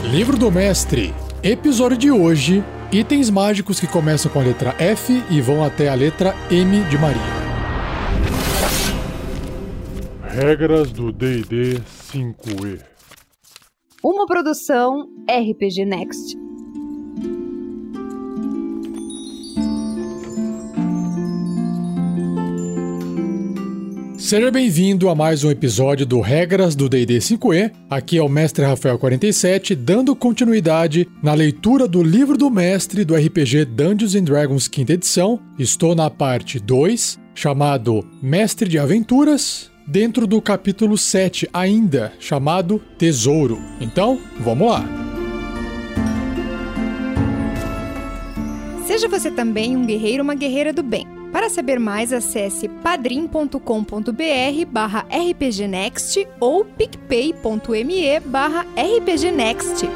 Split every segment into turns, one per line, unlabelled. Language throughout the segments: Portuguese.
Livro do Mestre. Episódio de hoje: itens mágicos que começam com a letra F e vão até a letra M de Maria.
Regras do D&D 5e.
Uma produção RPG Next.
Seja bem-vindo a mais um episódio do Regras do D&D 5e. Aqui é o Mestre Rafael 47, dando continuidade na leitura do Livro do Mestre do RPG Dungeons & Dragons 5ª edição. Estou na parte 2, chamado Mestre de Aventuras, dentro do capítulo 7 ainda, chamado Tesouro. Então, vamos lá!
Seja você também um guerreiro ou uma guerreira do bem. Para saber mais, acesse padrim.com.br/rpgnext ou picpay.me/rpgnext.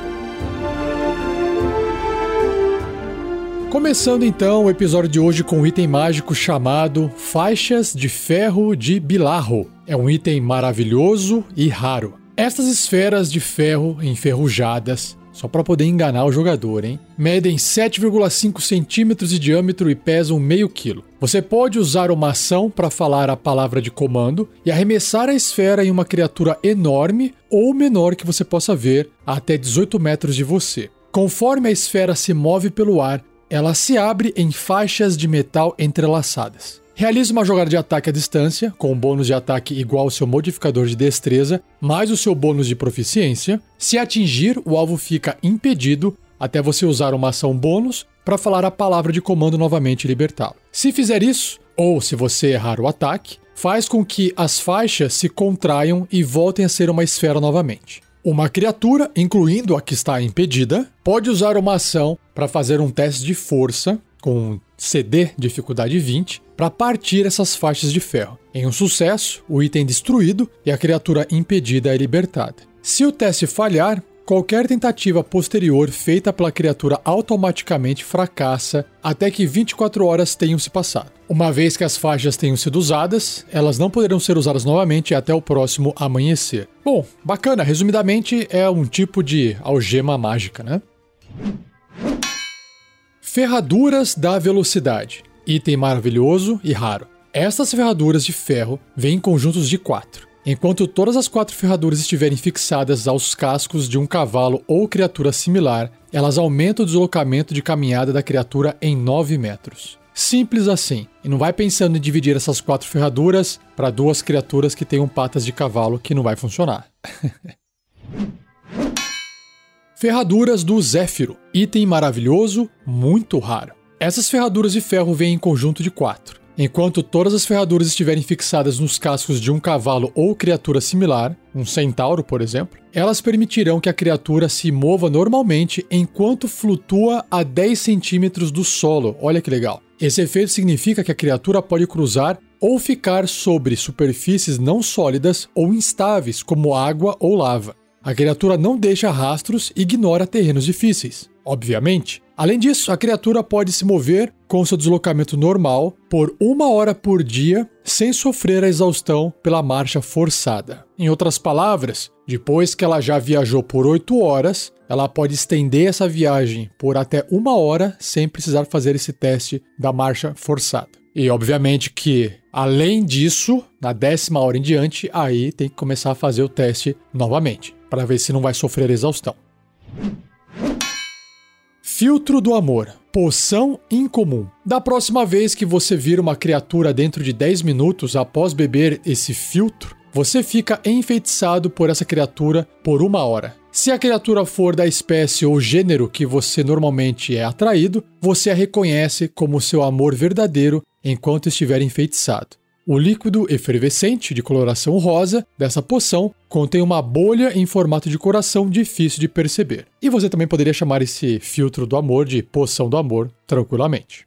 Começando então o episódio de hoje com um item mágico chamado Faixas de Ferro de Bilarro. É um item maravilhoso e raro. Estas esferas de ferro enferrujadas, só para poder enganar o jogador, hein? Medem 7,5 centímetros de diâmetro e pesam meio quilo. Você pode usar uma ação para falar a palavra de comando e arremessar a esfera em uma criatura enorme ou menor que você possa ver até 18 metros de você. Conforme a esfera se move pelo ar, ela se abre em faixas de metal entrelaçadas. Realize uma jogada de ataque à distância, com um bônus de ataque igual ao seu modificador de destreza, mais o seu bônus de proficiência. Se atingir, o alvo fica impedido até você usar uma ação bônus para falar a palavra de comando novamente e libertá-lo. Se fizer isso, ou se você errar o ataque, faz com que as faixas se contraiam e voltem a ser uma esfera novamente. Uma criatura, incluindo a que está impedida, pode usar uma ação para fazer um teste de força com CD dificuldade 20 para partir essas faixas de ferro. Em um sucesso, o item destruído e a criatura impedida é libertada. Se o teste falhar, qualquer tentativa posterior feita pela criatura automaticamente fracassa até que 24 horas tenham se passado. Uma vez que as faixas tenham sido usadas, elas não poderão ser usadas novamente até o próximo amanhecer. Bom, bacana, resumidamente é um tipo de algema mágica, né? Ferraduras da Velocidade. Item maravilhoso e raro. Estas ferraduras de ferro vêm em conjuntos de 4. Enquanto todas as 4 ferraduras estiverem fixadas aos cascos de um cavalo ou criatura similar, elas aumentam o deslocamento de caminhada da criatura em 9 metros. Simples assim. E não vai pensando em dividir essas 4 ferraduras para 2 criaturas que tenham patas de cavalo, que não vai funcionar. Ferraduras do Zéfiro. Item maravilhoso, muito raro. Essas ferraduras de ferro vêm em conjunto de 4. Enquanto todas as ferraduras estiverem fixadas nos cascos de um cavalo ou criatura similar, um centauro, por exemplo, elas permitirão que a criatura se mova normalmente enquanto flutua a 10 centímetros do solo. Olha que legal. Esse efeito significa que a criatura pode cruzar ou ficar sobre superfícies não sólidas ou instáveis, como água ou lava. A criatura não deixa rastros e ignora terrenos difíceis, obviamente. Além disso, a criatura pode se mover com seu deslocamento normal por 1 hora por dia, sem sofrer a exaustão pela marcha forçada. Em outras palavras, depois que ela já viajou por 8 horas, ela pode estender essa viagem por até 1 hora sem precisar fazer esse teste da marcha forçada. E obviamente que, além disso, na 10ª hora em diante, aí tem que começar a fazer o teste novamente, para ver se não vai sofrer exaustão. Filtro do Amor. Poção incomum. Da próxima vez que você vir uma criatura dentro de 10 minutos após beber esse filtro, você fica enfeitiçado por essa criatura por 1 hora. Se a criatura for da espécie ou gênero que você normalmente é atraído, você a reconhece como seu amor verdadeiro enquanto estiver enfeitiçado. O líquido efervescente de coloração rosa dessa poção contém uma bolha em formato de coração difícil de perceber. E você também poderia chamar esse filtro do amor de poção do amor tranquilamente.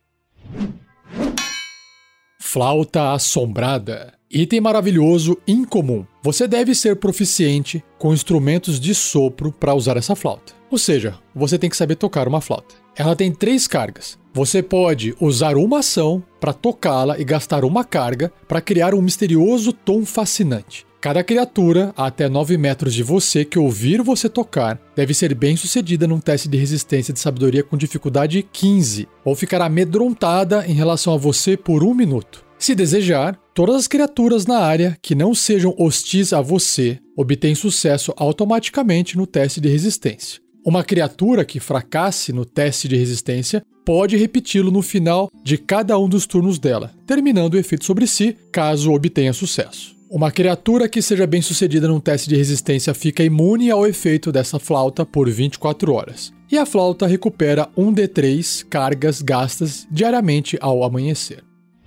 Flauta assombrada. Item maravilhoso incomum. Você deve ser proficiente com instrumentos de sopro para usar essa flauta. Ou seja, você tem que saber tocar uma flauta. Ela tem 3 cargas. Você pode usar uma ação para tocá-la e gastar uma carga para criar um misterioso tom fascinante. Cada criatura a até 9 metros de você que ouvir você tocar deve ser bem sucedida num teste de resistência de sabedoria com dificuldade 15, ou ficar amedrontada em relação a você por 1 minuto. Se desejar, todas as criaturas na área que não sejam hostis a você obtêm sucesso automaticamente no teste de resistência. Uma criatura que fracasse no teste de resistência pode repeti-lo no final de cada um dos turnos dela, terminando o efeito sobre si, caso obtenha sucesso. Uma criatura que seja bem sucedida num teste de resistência fica imune ao efeito dessa flauta por 24 horas. E a flauta recupera 1d3 cargas gastas diariamente ao amanhecer.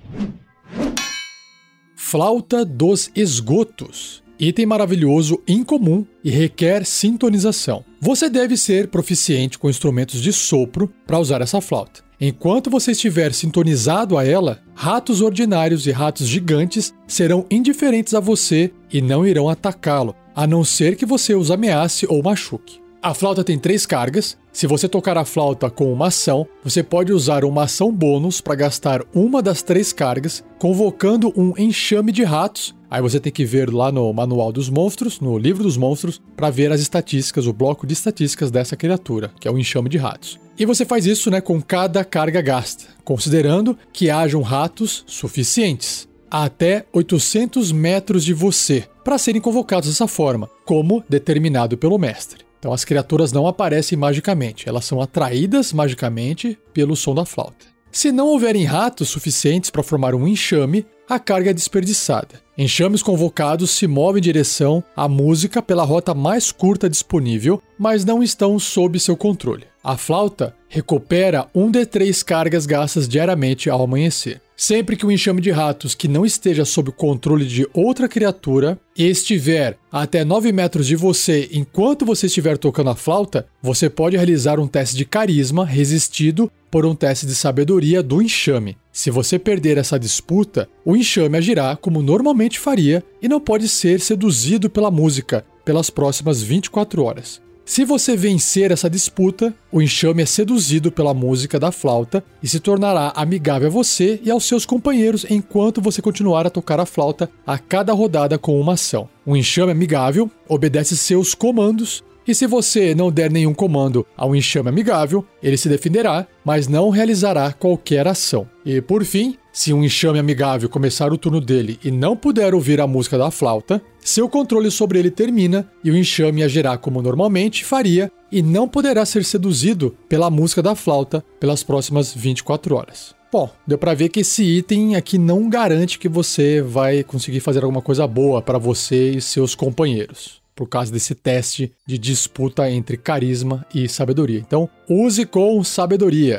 Flauta dos esgotos. Item maravilhoso, incomum e requer sintonização. Você deve ser proficiente com instrumentos de sopro para usar essa flauta. Enquanto você estiver sintonizado a ela, ratos ordinários e ratos gigantes serão indiferentes a você e não irão atacá-lo, a não ser que você os ameace ou machuque. A flauta tem 3 cargas. Se você tocar a flauta com uma ação, você pode usar uma ação bônus para gastar uma das 3 cargas, convocando um enxame de ratos. Aí você tem que ver lá no Manual dos Monstros, no Livro dos Monstros, para ver as estatísticas, o bloco de estatísticas dessa criatura, que é o enxame de ratos. E você faz isso, com cada carga gasta, considerando que hajam ratos suficientes a até 800 metros de você para serem convocados dessa forma, como determinado pelo mestre. Então as criaturas não aparecem magicamente, elas são atraídas magicamente pelo som da flauta. Se não houverem ratos suficientes para formar um enxame, a carga é desperdiçada. Enxames convocados se movem em direção à música pela rota mais curta disponível, mas não estão sob seu controle. A flauta recupera 1d3 cargas gastas diariamente ao amanhecer. Sempre que um enxame de ratos que não esteja sob o controle de outra criatura e estiver a até 9 metros de você enquanto você estiver tocando a flauta, você pode realizar um teste de carisma resistido por um teste de sabedoria do enxame. Se você perder essa disputa, o enxame agirá como normalmente faria e não pode ser seduzido pela música pelas próximas 24 horas. Se você vencer essa disputa, o enxame é seduzido pela música da flauta e se tornará amigável a você e aos seus companheiros enquanto você continuar a tocar a flauta a cada rodada com uma ação. Um enxame amigável obedece seus comandos e se você não der nenhum comando ao enxame amigável, ele se defenderá, mas não realizará qualquer ação. E por fim, se um enxame amigável começar o turno dele e não puder ouvir a música da flauta, seu controle sobre ele termina e o enxame agirá como normalmente faria e não poderá ser seduzido pela música da flauta pelas próximas 24 horas. Bom, deu pra ver que esse item aqui não garante que você vai conseguir fazer alguma coisa boa para você e seus companheiros, por causa desse teste de disputa entre carisma e sabedoria. Então, use com sabedoria.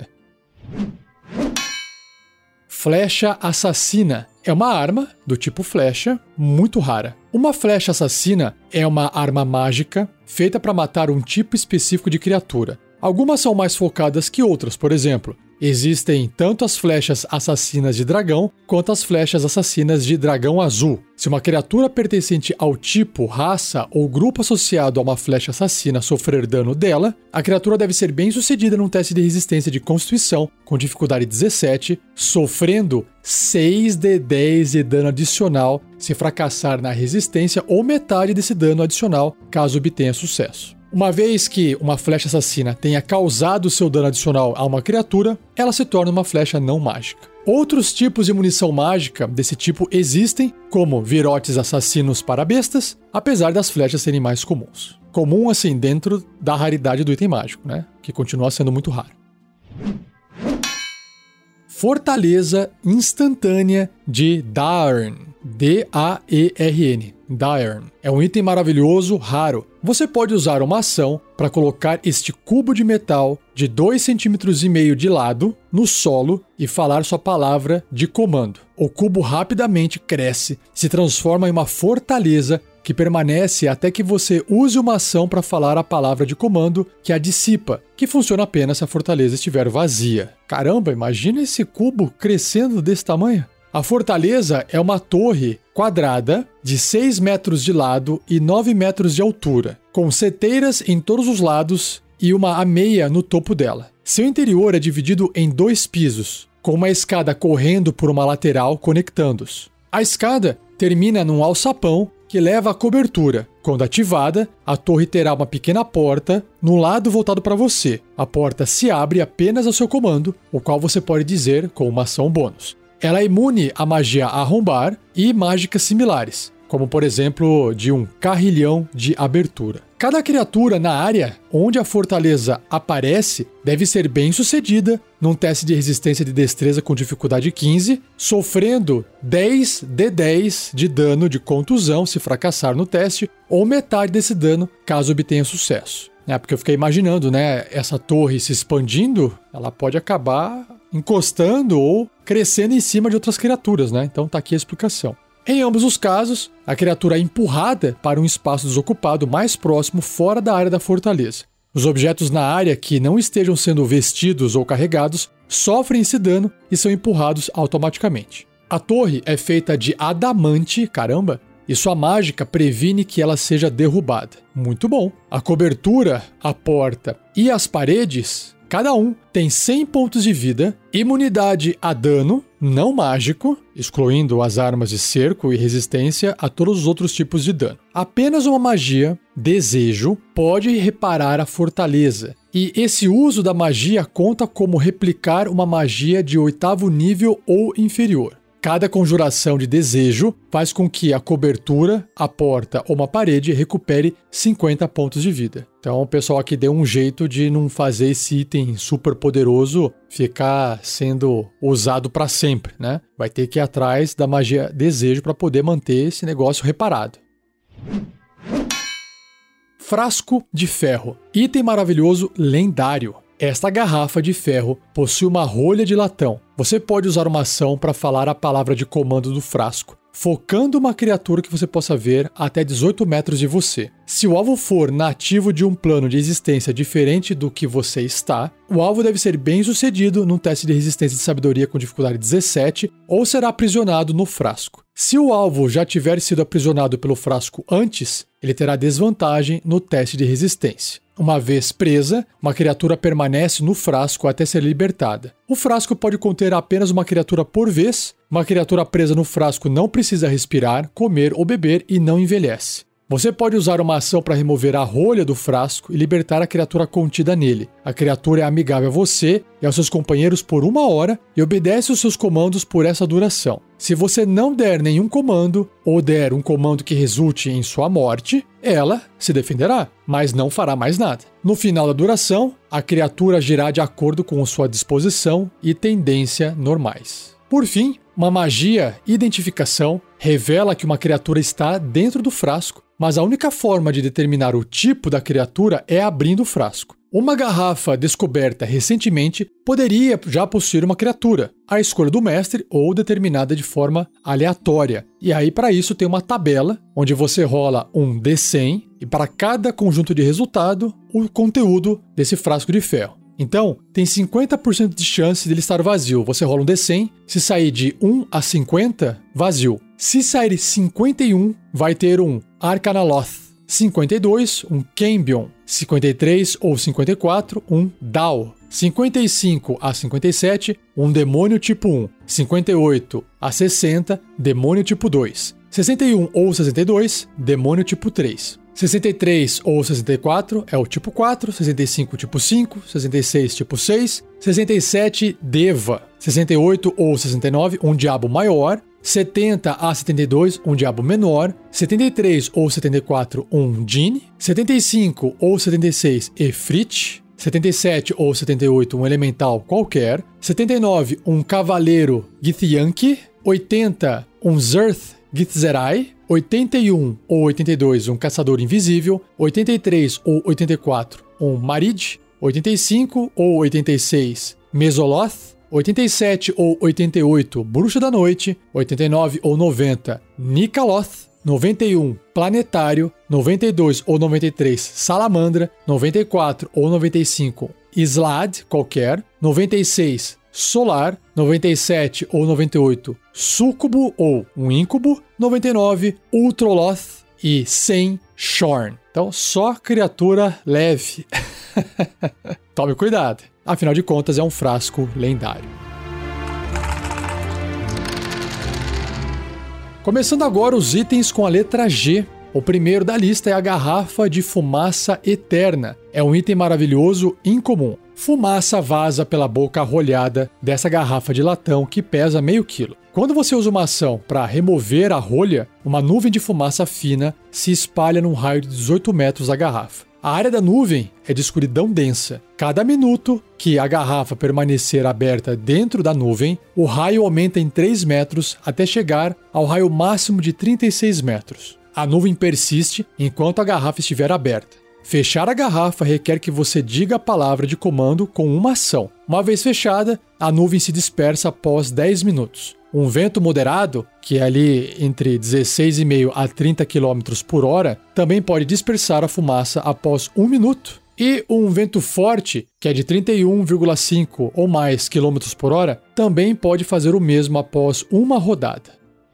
Flecha assassina é uma arma do tipo flecha muito rara. Uma flecha assassina é uma arma mágica feita para matar um tipo específico de criatura. Algumas são mais focadas que outras, por exemplo. Existem tanto as flechas assassinas de dragão quanto as flechas assassinas de dragão azul. Se uma criatura pertencente ao tipo, raça ou grupo associado a uma flecha assassina sofrer dano dela, a criatura deve ser bem sucedida num teste de resistência de constituição com dificuldade 17, sofrendo 6d10 de dano adicional se fracassar na resistência ou metade desse dano adicional caso obtenha sucesso. Uma vez que uma flecha assassina tenha causado seu dano adicional a uma criatura, ela se torna uma flecha não mágica. Outros tipos de munição mágica desse tipo existem, como virotes assassinos para bestas, apesar das flechas serem mais comuns. Comum, assim, dentro da raridade do item mágico, que continua sendo muito raro. Fortaleza instantânea de Daern. D-A-E-R-N. Daern. É um item maravilhoso, raro. Você pode usar uma ação para colocar este cubo de metal de 2,5 cm de lado no solo e falar sua palavra de comando. O cubo rapidamente cresce, se transforma em uma fortaleza que permanece até que você use uma ação para falar a palavra de comando que a dissipa, que funciona apenas se a fortaleza estiver vazia. Caramba, imagina esse cubo crescendo desse tamanho. A fortaleza é uma torre quadrada de 6 metros de lado e 9 metros de altura, com seteiras em todos os lados e uma ameia no topo dela. Seu interior é dividido em 2 pisos, com uma escada correndo por uma lateral conectando-os. A escada termina num alçapão que leva à cobertura. Quando ativada, a torre terá uma pequena porta no lado voltado para você. A porta se abre apenas ao seu comando, o qual você pode dizer com uma ação bônus. Ela é imune à magia arrombar e mágicas similares, como por exemplo de um carrilhão de abertura. Cada criatura na área onde a fortaleza aparece deve ser bem sucedida num teste de resistência de destreza com dificuldade 15, sofrendo 10d10 de dano de contusão se fracassar no teste, ou metade desse dano caso obtenha sucesso. Porque eu fiquei imaginando, essa torre se expandindo, ela pode acabar encostando ou crescendo em cima de outras criaturas, Então tá aqui a explicação. Em ambos os casos, a criatura é empurrada para um espaço desocupado mais próximo fora da área da fortaleza. Os objetos na área que não estejam sendo vestidos ou carregados sofrem esse dano e são empurrados automaticamente. A torre é feita de adamante, e sua mágica previne que ela seja derrubada. Muito bom! A cobertura, a porta e as paredes, cada um tem 100 pontos de vida, imunidade a dano não mágico, excluindo as armas de cerco e resistência a todos os outros tipos de dano. Apenas uma magia, desejo, pode reparar a fortaleza. E esse uso da magia conta como replicar uma magia de 8º nível ou inferior. Cada conjuração de desejo faz com que a cobertura, a porta ou uma parede recupere 50 pontos de vida. Então o pessoal aqui deu um jeito de não fazer esse item super poderoso ficar sendo usado para sempre, Vai ter que ir atrás da magia desejo para poder manter esse negócio reparado. Frasco de ferro. Item maravilhoso lendário. Esta garrafa de ferro possui uma rolha de latão. Você pode usar uma ação para falar a palavra de comando do frasco, focando uma criatura que você possa ver até 18 metros de você. Se o alvo for nativo de um plano de existência diferente do que você está, o alvo deve ser bem sucedido num teste de resistência de sabedoria com dificuldade 17 ou será aprisionado no frasco. Se o alvo já tiver sido aprisionado pelo frasco antes, ele terá desvantagem no teste de resistência. Uma vez presa, uma criatura permanece no frasco até ser libertada. O frasco pode conter apenas uma criatura por vez. Uma criatura presa no frasco não precisa respirar, comer ou beber e não envelhece. Você pode usar uma ação para remover a rolha do frasco e libertar a criatura contida nele. A criatura é amigável a você e aos seus companheiros por 1 hora e obedece os seus comandos por essa duração. Se você não der nenhum comando ou der um comando que resulte em sua morte, ela se defenderá, mas não fará mais nada. No final da duração, a criatura agirá de acordo com sua disposição e tendência normais. Por fim, uma magia identificação revela que uma criatura está dentro do frasco, mas a única forma de determinar o tipo da criatura é abrindo o frasco. Uma garrafa descoberta recentemente poderia já possuir uma criatura, a escolha do mestre ou determinada de forma aleatória. E aí, para isso, tem uma tabela onde você rola um D100 e para cada conjunto de resultado, o conteúdo desse frasco de ferro. Então, tem 50% de chance dele estar vazio. Você rola um D100, se sair de 1 a 50, vazio. Se sair 51, vai ter um Arcanaloth. 52, um Cambion. 53 ou 54, um Dao. 55 a 57, um Demônio tipo 1. 58 a 60, Demônio tipo 2. 61 ou 62, Demônio tipo 3. 63 ou 64 é o tipo 4, 65 tipo 5, 66 tipo 6, 67 Deva, 68 ou 69 um diabo maior, 70 a 72 um diabo menor, 73 ou 74 um Djinn, 75 ou 76 Efrit, 77 ou 78 um elemental qualquer, 79 um cavaleiro Githyanki, 80 um Zerth Githzerai, 81 ou 82 um caçador invisível, 83 ou 84 um Marid, 85 ou 86 Mesoloth, 87 ou 88 Bruxa da Noite, 89 ou 90 Nikaloth, 91 Planetário, 92 ou 93 Salamandra, 94 ou 95 Islad qualquer, 96 Solar, 97 ou 98 Súcubo ou um Íncubo, 99 Ultroloth e 100 Shorn. Então só criatura leve. Tome cuidado, afinal de contas é um frasco lendário. Começando agora os itens com a letra G. O primeiro da lista é a garrafa de fumaça eterna. É um item maravilhoso incomum. Fumaça vaza pela boca arrolhada dessa garrafa de latão que pesa meio quilo. Quando você usa uma ação para remover a rolha, uma nuvem de fumaça fina se espalha num raio de 18 metros da garrafa. A área da nuvem é de escuridão densa. Cada minuto que a garrafa permanecer aberta dentro da nuvem, o raio aumenta em 3 metros até chegar ao raio máximo de 36 metros. A nuvem persiste enquanto a garrafa estiver aberta. Fechar a garrafa requer que você diga a palavra de comando com uma ação. Uma vez fechada, a nuvem se dispersa após 10 minutos. Um vento moderado, que é ali entre 16,5 a 30 km por hora, também pode dispersar a fumaça após 1 minuto. E um vento forte, que é de 31,5 ou mais km por hora, também pode fazer o mesmo após uma rodada.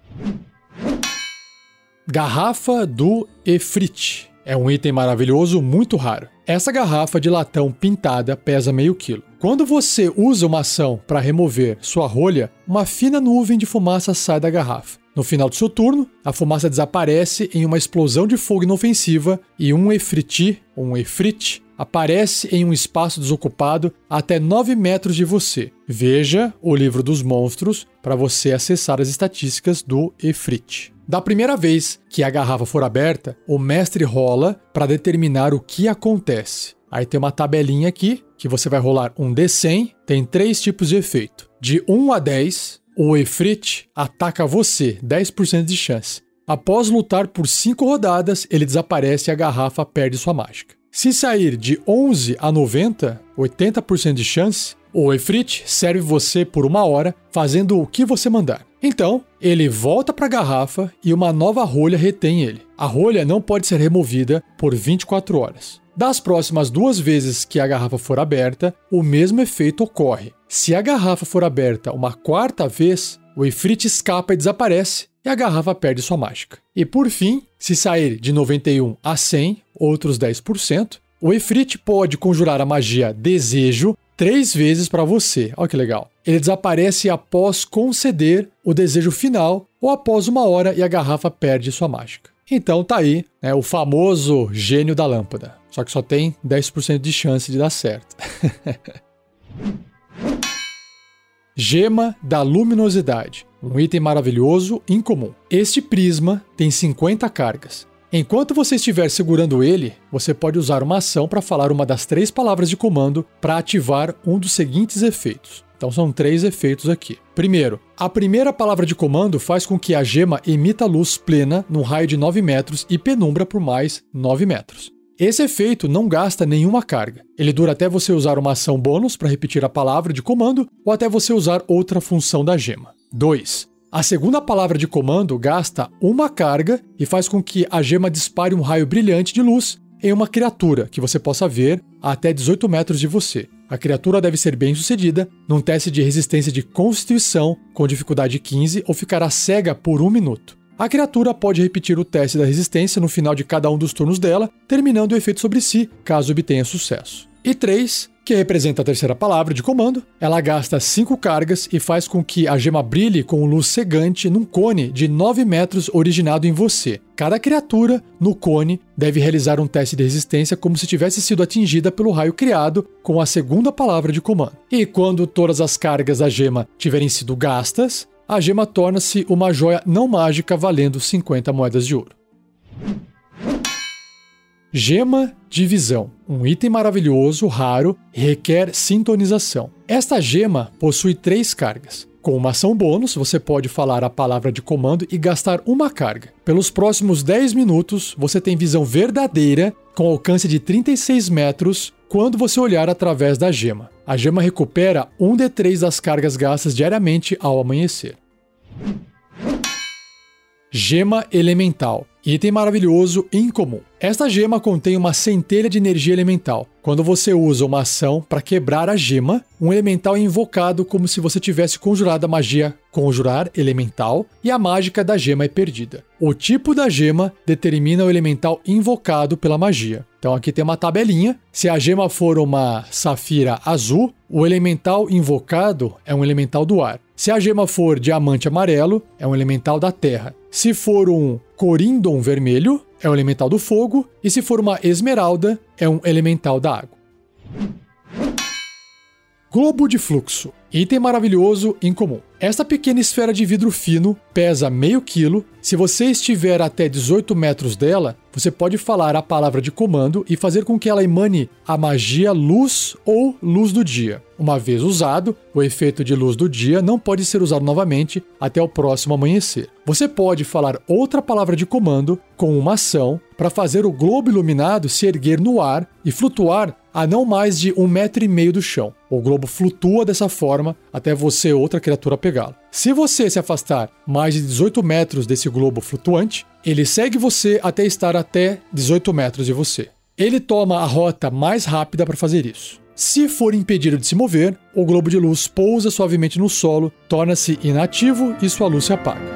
Garrafa do Efrit. É um item maravilhoso muito raro. Essa garrafa de latão pintada pesa meio quilo. Quando você usa uma ação para remover sua rolha, uma fina nuvem de fumaça sai da garrafa. No final do seu turno, a fumaça desaparece em uma explosão de fogo inofensiva e um Efrit aparece em um espaço desocupado até 9 metros de você. Veja o livro dos monstros para você acessar as estatísticas do Efrit. Da primeira vez que a garrafa for aberta, o mestre rola para determinar o que acontece. Aí tem uma tabelinha aqui que você vai rolar um D100, tem 3 tipos de efeito. De 1 a 10, o Efrit ataca você, 10% de chance. Após lutar por 5 rodadas, ele desaparece e a garrafa perde sua mágica. Se sair de 11 a 90, 80% de chance, o Efrit serve você por 1 hora, fazendo o que você mandar. Então, ele volta para a garrafa e uma nova rolha retém ele. A rolha não pode ser removida por 24 horas. Das próximas 2 vezes que a garrafa for aberta, o mesmo efeito ocorre. Se a garrafa for aberta uma 4ª vez, o Efrit escapa e desaparece, e a garrafa perde sua mágica. E por fim, se sair de 91 a 100, outros 10%, o Efrit pode conjurar a magia Desejo 3 vezes para você. Olha que legal. Ele desaparece após conceder o desejo final ou após 1 hora e a garrafa perde sua mágica. Então tá aí, né, o famoso gênio da lâmpada. Só que só tem 10% de chance de dar certo. Gema da luminosidade. Um item maravilhoso incomum. Este prisma tem 50 cargas. Enquanto você estiver segurando ele, você pode usar uma ação para falar uma das 3 palavras de comando para ativar um dos seguintes efeitos. Então são 3 efeitos aqui. Primeiro, a primeira palavra de comando faz com que a gema emita luz plena num raio de 9 metros e penumbra por mais 9 metros. Esse efeito não gasta nenhuma carga. Ele dura até você usar uma ação bônus para repetir a palavra de comando ou até você usar outra função da gema. 2. A segunda palavra de comando gasta 1 carga e faz com que a gema dispare um raio brilhante de luz em uma criatura que você possa ver a até 18 metros de você. A criatura deve ser bem sucedida num teste de resistência de Constituição com dificuldade 15 ou ficará cega por 1 minuto. A criatura pode repetir o teste da resistência no final de cada um dos turnos dela, terminando o efeito sobre si, caso obtenha sucesso. E 3, que representa a terceira palavra de comando, ela gasta 5 cargas e faz com que a gema brilhe com luz cegante num cone de 9 metros originado em você. Cada criatura no cone deve realizar um teste de resistência como se tivesse sido atingida pelo raio criado com a segunda palavra de comando. E quando todas as cargas da gema tiverem sido gastas, a gema torna-se uma joia não mágica valendo 50 moedas de ouro. Gema de visão. Um item maravilhoso, raro, e requer sintonização. Esta gema possui 3 cargas. Com uma ação bônus, você pode falar a palavra de comando e gastar 1 carga. Pelos próximos 10 minutos, você tem visão verdadeira com alcance de 36 metros quando você olhar através da gema. A gema recupera 1d3 das cargas gastas diariamente ao amanhecer. Gema elemental. Item maravilhoso e incomum. Esta gema contém uma centelha de energia elemental. Quando você usa uma ação para quebrar a gema, um elemental é invocado como se você tivesse conjurado a magia Conjurar Elemental e a mágica da gema é perdida. O tipo da gema determina o elemental invocado pela magia. Então aqui tem uma tabelinha. Se a gema for uma safira azul, o elemental invocado é um elemental do ar. Se a gema for diamante amarelo, é um elemental da terra. Se for um corindon vermelho, é um elemental do fogo. E se for uma esmeralda, é um elemental da água. Globo de fluxo. Item maravilhoso incomum. Esta pequena esfera de vidro fino pesa meio quilo. Se você estiver até 18 metros dela, você pode falar a palavra de comando e fazer com que ela emane a magia luz ou luz do dia. Uma vez usado, o efeito de luz do dia não pode ser usado novamente até o próximo amanhecer. Você pode falar outra palavra de comando com uma ação para fazer o globo iluminado se erguer no ar e flutuar a não mais de 1,5 metro do chão. O globo flutua dessa forma até você ou outra criatura pegá-lo. Se você se afastar mais de 18 metros desse globo flutuante, ele segue você até estar até 18 metros de você. Ele toma a rota mais rápida para fazer isso. Se for impedido de se mover, o globo de luz pousa suavemente no solo, torna-se inativo e sua luz se apaga.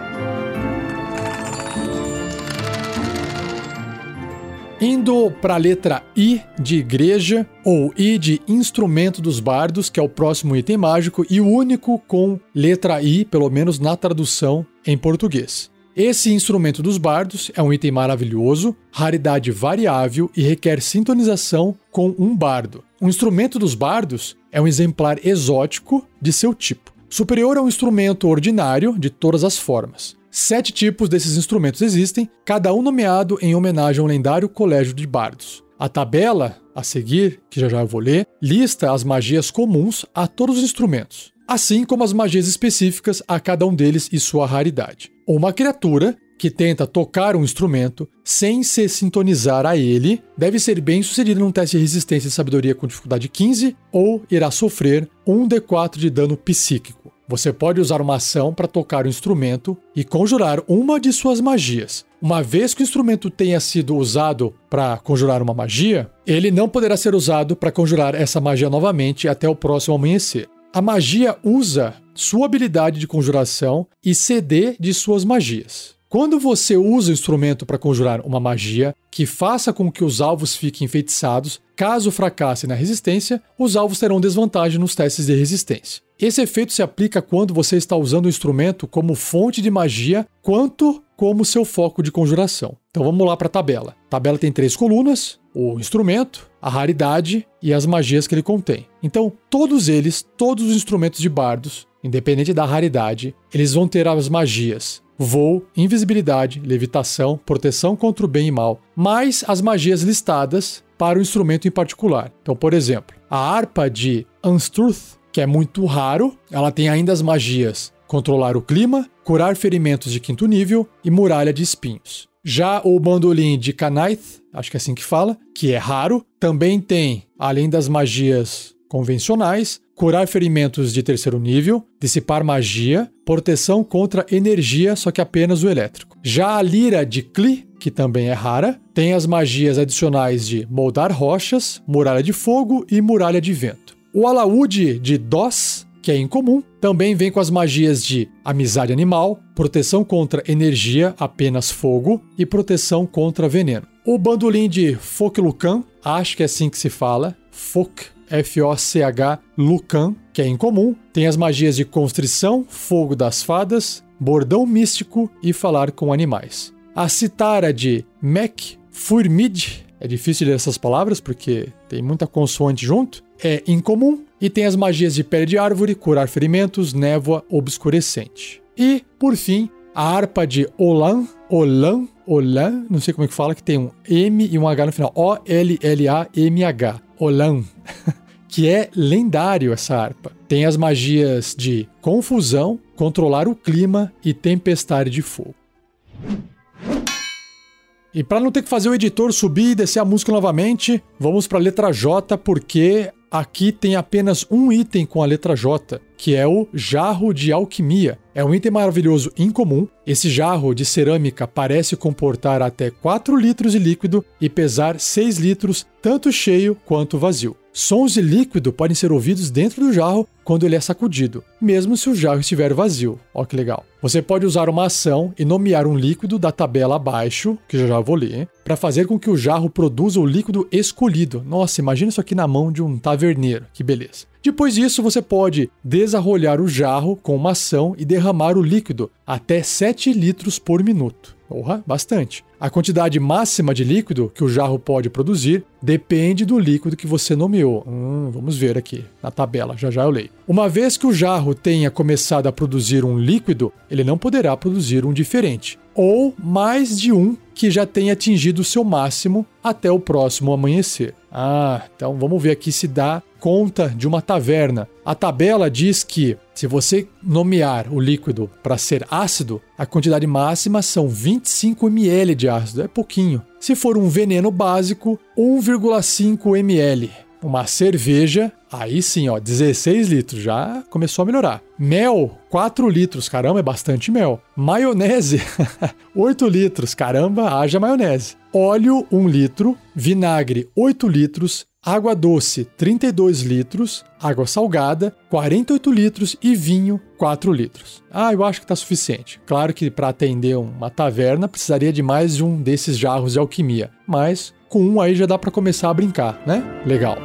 Indo para a letra I de igreja, ou I de instrumento dos bardos, que é o próximo item mágico e o único com letra I, pelo menos na tradução em português. Esse instrumento dos bardos é um item maravilhoso, raridade variável e requer sintonização com um bardo. O instrumento dos bardos é um exemplar exótico de seu tipo, superior ao instrumento ordinário de todas as formas. 7 tipos desses instrumentos existem, cada um nomeado em homenagem ao lendário Colégio de Bardos. A tabela, a seguir, que já eu vou ler, lista as magias comuns a todos os instrumentos, assim como as magias específicas a cada um deles e sua raridade. Uma criatura que tenta tocar um instrumento sem se sintonizar a ele deve ser bem sucedida num teste de resistência e sabedoria com dificuldade 15 ou irá sofrer 1d4 de dano psíquico. Você pode usar uma ação para tocar o instrumento e conjurar uma de suas magias. Uma vez que o instrumento tenha sido usado para conjurar uma magia, ele não poderá ser usado para conjurar essa magia novamente até o próximo amanhecer. A magia usa sua habilidade de conjuração e CD de suas magias. Quando você usa o instrumento para conjurar uma magia que faça com que os alvos fiquem enfeitiçados, caso fracassem na resistência, os alvos terão desvantagem nos testes de resistência. Esse efeito se aplica quando você está usando o instrumento como fonte de magia, quanto como seu foco de conjuração. Então vamos lá para a tabela. A tabela tem 3 colunas, o instrumento, a raridade e as magias que ele contém. Então todos os instrumentos de bardos, independente da raridade, eles vão ter as magias voo, invisibilidade, levitação, proteção contra o bem e mal, mais as magias listadas para o instrumento em particular. Então, por exemplo, a harpa de Unstruth, que é muito raro, ela tem ainda as magias controlar o clima, curar ferimentos de 5º nível e muralha de espinhos. Já o bandolim de Kanaith, acho que é assim que fala, que é raro, também tem, além das magias convencionais, curar ferimentos de 3º nível, dissipar magia, proteção contra energia, só que apenas o elétrico. Já a lira de Kli, que também é rara, tem as magias adicionais de moldar rochas, muralha de fogo e muralha de vento. O alaúde de Dos, que é incomum, também vem com as magias de amizade animal, proteção contra energia, apenas fogo, e proteção contra veneno. O bandolim de Foclucan, acho que é assim que se fala, F-O-C-H, Lucan, que é incomum, tem as magias de constrição, fogo das fadas, bordão místico e falar com animais. A citara de Mec Furmid, é difícil de ler essas palavras porque tem muita consoante junto, é incomum e tem as magias de pele de árvore, curar ferimentos, névoa obscurecente. E, por fim, a harpa de Olan, não sei como é que fala, que tem um M e um H no final, O-L-L-A-M-H, Olan, que é lendário essa harpa. Tem as magias de confusão, controlar o clima e tempestade de fogo. E para não ter que fazer o editor subir e descer a música novamente, vamos para a letra J, porque aqui tem apenas um item com a letra J, que é o jarro de alquimia. É um item maravilhoso incomum. Esse jarro de cerâmica parece comportar até 4 litros de líquido e pesar 6 litros, tanto cheio quanto vazio. Sons de líquido podem ser ouvidos dentro do jarro quando ele é sacudido, mesmo se o jarro estiver vazio. Ó que legal. Você pode usar uma ação e nomear um líquido da tabela abaixo, que já vou ler, para fazer com que o jarro produza o líquido escolhido. Nossa, imagina isso aqui na mão de um taverneiro, que beleza. Depois disso, você pode desarrolhar o jarro com uma ação e derramar o líquido até 7 litros por minuto. Porra, bastante. A quantidade máxima de líquido que o jarro pode produzir depende do líquido que você nomeou. Vamos ver aqui na tabela, já eu leio. Uma vez que o jarro tenha começado a produzir um líquido, ele não poderá produzir um diferente, ou mais de um que já tenha atingido o seu máximo até o próximo amanhecer. Então vamos ver aqui se dá conta de uma taverna. A tabela diz que se você nomear o líquido para ser ácido, a quantidade máxima são 25 ml de ácido, é pouquinho. Se for um veneno básico, 1,5 ml. Uma cerveja, aí sim, 16 litros, já começou a melhorar. Mel, 4 litros, caramba, é bastante mel. Maionese, 8 litros, caramba, haja maionese. Óleo, 1 litro. Vinagre, 8 litros. Água doce, 32 litros. Água salgada, 48 litros. E vinho, 4 litros. Eu acho que está suficiente. Claro que para atender uma taverna precisaria de mais de um desses jarros de alquimia, mas com um aí já dá para começar a brincar, né? Legal.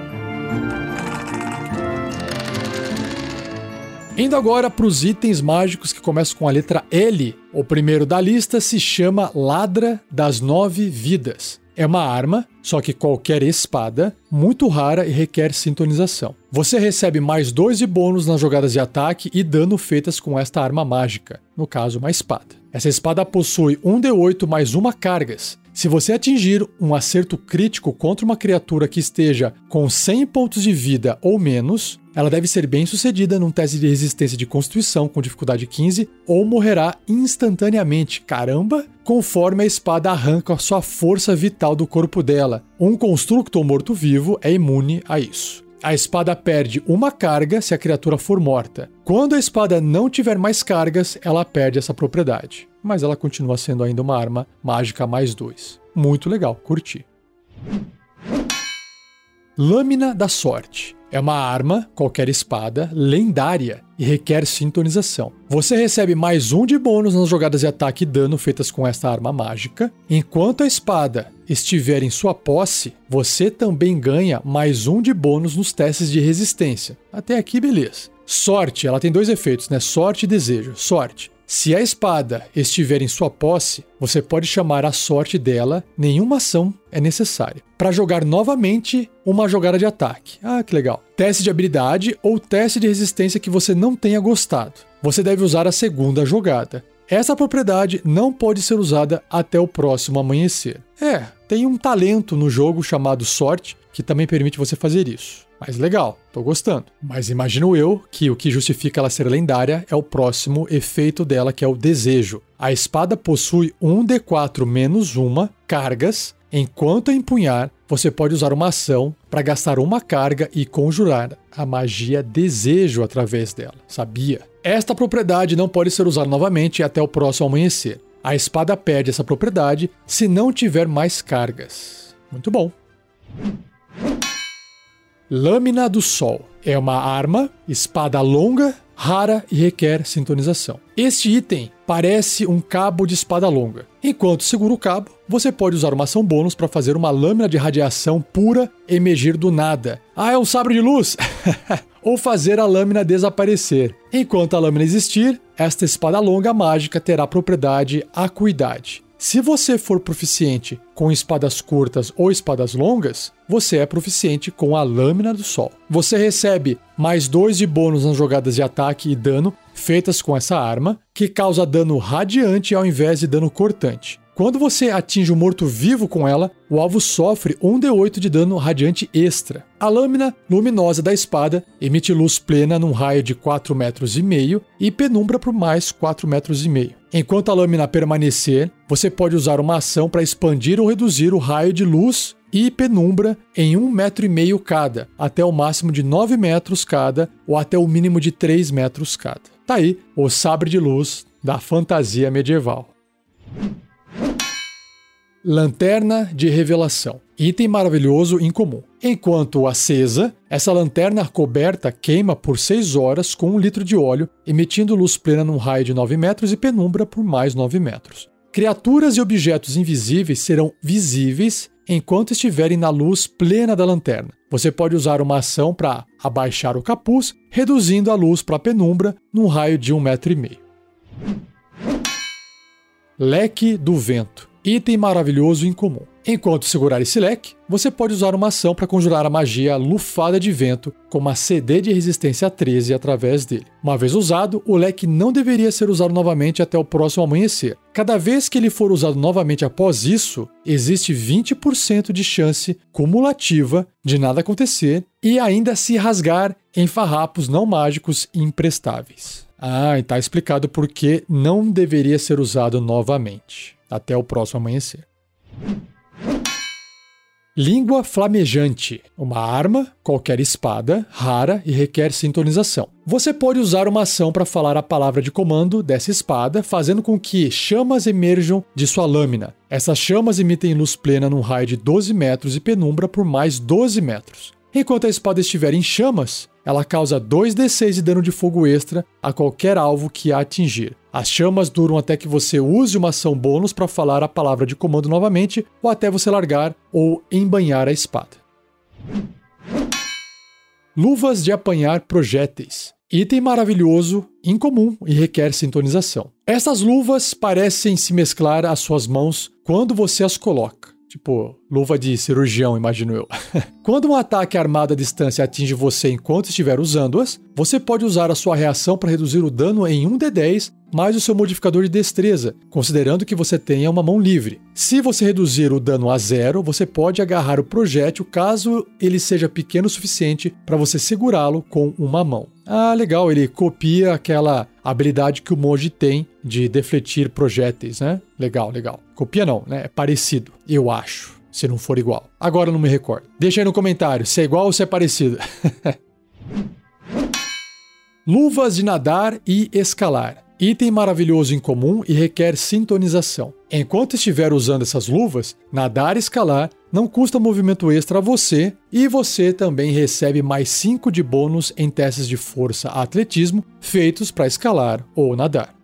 Indo agora para os itens mágicos que começam com a letra L. O primeiro da lista se chama Ladra das 9 Vidas. É uma arma, só que qualquer espada, muito rara e requer sintonização. Você recebe mais 2 de bônus nas jogadas de ataque e dano feitas com esta arma mágica, no caso uma espada. Essa espada possui 1d8 mais 1 cargas. Se você atingir um acerto crítico contra uma criatura que esteja com 100 pontos de vida ou menos, ela deve ser bem sucedida num teste de resistência de constituição com dificuldade 15 ou morrerá instantaneamente, caramba, conforme a espada arranca a sua força vital do corpo dela. Um constructo morto-vivo é imune a isso. A espada perde 1 carga se a criatura for morta. Quando a espada não tiver mais cargas, ela perde essa propriedade. Mas ela continua sendo ainda uma arma mágica mais 2. Muito legal, curti. Lâmina da Sorte. É uma arma, qualquer espada, lendária e requer sintonização. Você recebe mais 1 de bônus nas jogadas de ataque e dano feitas com esta arma mágica. Enquanto a espada estiver em sua posse, você também ganha mais 1 de bônus nos testes de resistência. Até aqui, beleza. Sorte, ela tem 2 efeitos, né? Sorte e desejo. Sorte. Se a espada estiver em sua posse, você pode chamar a sorte dela, nenhuma ação é necessária. Para jogar novamente uma jogada de ataque. Que legal. Teste de habilidade ou teste de resistência que você não tenha gostado. Você deve usar a segunda jogada. Essa propriedade não pode ser usada até o próximo amanhecer. Tem um talento no jogo chamado Sorte, que também permite você fazer isso. Mas legal, tô gostando. Mas imagino eu que o que justifica ela ser lendária é o próximo efeito dela, que é o desejo. A espada possui 1d4 menos 1 cargas. Enquanto a empunhar, você pode usar uma ação para gastar 1 carga e conjurar a magia desejo através dela. Sabia? Esta propriedade não pode ser usada novamente até o próximo amanhecer. A espada perde essa propriedade se não tiver mais cargas. Muito bom. Lâmina do Sol. É uma arma, espada longa, rara e requer sintonização. Este item parece um cabo de espada longa. Enquanto segura o cabo, você pode usar uma ação bônus para fazer uma lâmina de radiação pura emergir do nada. É um sabre de luz? Ou fazer a lâmina desaparecer. Enquanto a lâmina existir, esta espada longa mágica terá propriedade acuidade. Se você for proficiente com espadas curtas ou espadas longas, você é proficiente com a Lâmina do Sol. Você recebe mais 2 de bônus nas jogadas de ataque e dano feitas com essa arma, que causa dano radiante ao invés de dano cortante. Quando você atinge um morto-vivo com ela, o alvo sofre 1d8 de dano radiante extra. A lâmina luminosa da espada emite luz plena num raio de 4,5 metros e penumbra por mais 4,5 metros. Enquanto a lâmina permanecer, você pode usar uma ação para expandir ou reduzir o raio de luz e penumbra em 1,5 metro cada, até o máximo de 9 metros cada ou até o mínimo de 3 metros cada. Tá aí o sabre de luz da fantasia medieval. Lanterna de Revelação. Item maravilhoso incomum. Enquanto acesa, essa lanterna coberta queima por 6 horas com 1 litro de óleo, emitindo luz plena num raio de 9 metros e penumbra por mais 9 metros. Criaturas e objetos invisíveis serão visíveis enquanto estiverem na luz plena da lanterna. Você pode usar uma ação para abaixar o capuz, reduzindo a luz para a penumbra num raio de 1,5 metro. Leque do vento. Item maravilhoso incomum. Enquanto segurar esse leque, você pode usar uma ação para conjurar a magia Lufada de Vento com uma CD de resistência 13 através dele. Uma vez usado, o leque não deveria ser usado novamente até o próximo amanhecer. Cada vez que ele for usado novamente após isso, existe 20% de chance cumulativa de nada acontecer e ainda se rasgar em farrapos não mágicos imprestáveis. Ah, e está explicado por que não deveria ser usado novamente até o próximo amanhecer. Língua flamejante. Uma arma, qualquer espada, rara e requer sintonização. Você pode usar uma ação para falar a palavra de comando dessa espada, fazendo com que chamas emerjam de sua lâmina. Essas chamas emitem luz plena num raio de 12 metros e penumbra por mais 12 metros. Enquanto a espada estiver em chamas, ela causa 2d6 de dano de fogo extra a qualquer alvo que a atingir. As chamas duram até que você use uma ação bônus para falar a palavra de comando novamente ou até você largar ou embanhar a espada. Luvas de apanhar projéteis. Item maravilhoso, incomum e requer sintonização. Essas luvas parecem se mesclar às suas mãos quando você as coloca. Tipo, luva de cirurgião, imagino eu. Quando um ataque armado à distância atinge você enquanto estiver usando-as, você pode usar a sua reação para reduzir o dano em 1d10 mais o seu modificador de destreza, considerando que você tenha uma mão livre. Se você reduzir o dano a 0, você pode agarrar o projétil caso ele seja pequeno o suficiente para você segurá-lo com uma mão. Ah, legal, ele copia aquela habilidade que o monge tem de defletir projéteis, né? Legal, legal. Copia não, né? É parecido, eu acho, se não for igual. Agora eu não me recordo. Deixa aí no comentário se é igual ou se é parecido. Luvas de nadar e escalar. Item maravilhoso incomum e requer sintonização. Enquanto estiver usando essas luvas, nadar e escalar não custa movimento extra a você e você também recebe mais 5 de bônus em testes de força e atletismo feitos para escalar ou nadar.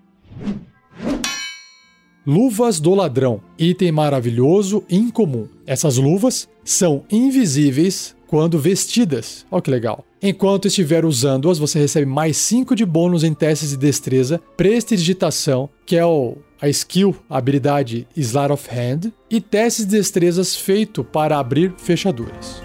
Luvas do ladrão. Item maravilhoso e incomum. Essas luvas são invisíveis quando vestidas. Olha que legal. Enquanto estiver usando-as, você recebe mais 5 de bônus em testes de destreza, prestidigitação, que é a skill, a habilidade Sleight of Hand, e testes de destrezas feito para abrir fechaduras.